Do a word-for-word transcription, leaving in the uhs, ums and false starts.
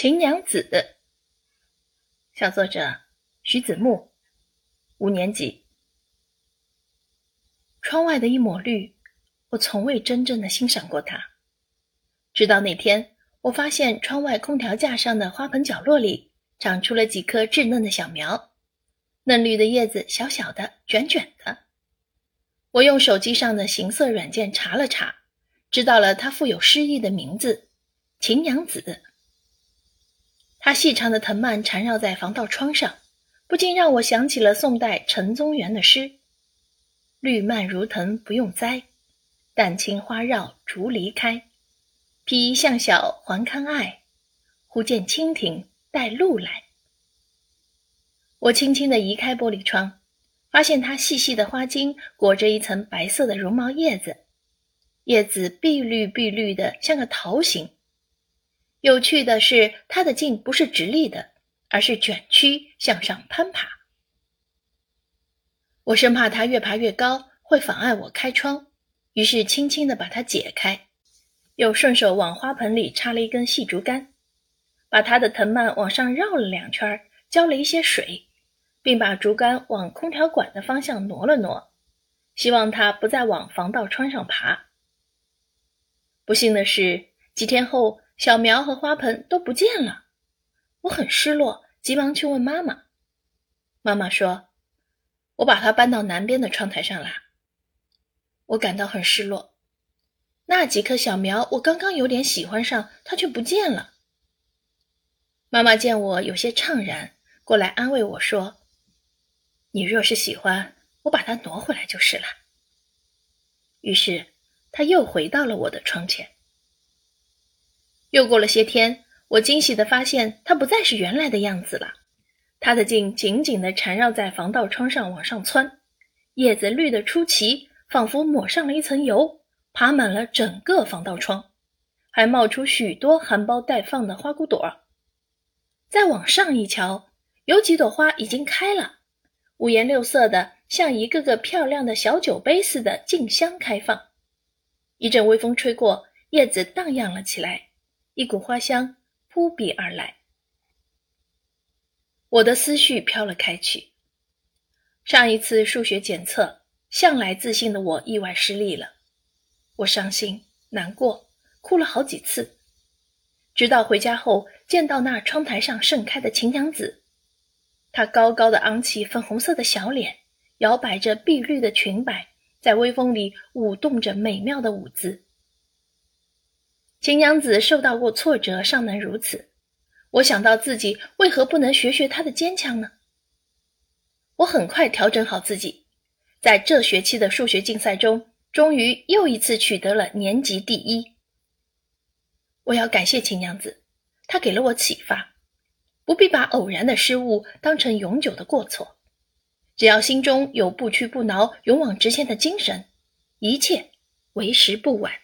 秦娘子，小作者徐子木，五年级。窗外的一抹绿，我从未真正的欣赏过它。直到那天，我发现窗外空调架上的花盆角落里长出了几颗稚嫩的小苗，嫩绿的叶子小小的，卷卷的。我用手机上的形色软件查了查，知道了它富有诗意的名字——秦娘子。它细长的藤蔓缠绕在防盗窗上，不禁让我想起了宋代陈宗元的诗：绿蔓如藤不用栽，淡青花绕竹篱开。披衣向小还堪爱，忽见蜻蜓带露来。我轻轻地移开玻璃窗，发现它细细的花茎裹着一层白色的绒毛叶子，叶子碧绿碧绿的，像个桃形。有趣的是，它的茎不是直立的，而是卷曲向上攀爬。我生怕它越爬越高会妨碍我开窗，于是轻轻地把它解开，又顺手往花盆里插了一根细竹竿，把它的藤蔓往上绕了两圈，浇了一些水，并把竹竿往空调管的方向挪了挪，希望它不再往防盗窗上爬。不幸的是，几天后小苗和花盆都不见了。我很失落，急忙去问妈妈。妈妈说，我把它搬到南边的窗台上啦。我感到很失落，那几棵小苗我刚刚有点喜欢上，它却不见了。妈妈见我有些怅然，过来安慰我说，你若是喜欢，我把它挪回来就是了。于是它又回到了我的窗前。又过了些天，我惊喜地发现它不再是原来的样子了。它的茎紧紧地缠绕在防盗窗上往上窜，叶子绿得出奇，仿佛抹上了一层油，爬满了整个防盗窗，还冒出许多含苞待放的花骨朵。再往上一瞧，有几朵花已经开了，五颜六色的，像一个个漂亮的小酒杯似的竞相开放。一阵微风吹过，叶子荡漾了起来，一股花香扑鼻而来。我的思绪飘了开去。上一次数学检测，向来自信的我意外失利了。我伤心难过，哭了好几次，直到回家后见到那窗台上盛开的秦娘子。她高高的昂起粉红色的小脸，摇摆着碧绿的裙摆，在微风里舞动着美妙的舞姿。秦娘子受到过挫折，尚能如此，我想到自己为何不能学学她的坚强呢？我很快调整好自己，在这学期的数学竞赛中，终于又一次取得了年级第一。我要感谢秦娘子，她给了我启发，不必把偶然的失误当成永久的过错，只要心中有不屈不挠、勇往直前的精神，一切为时不晚。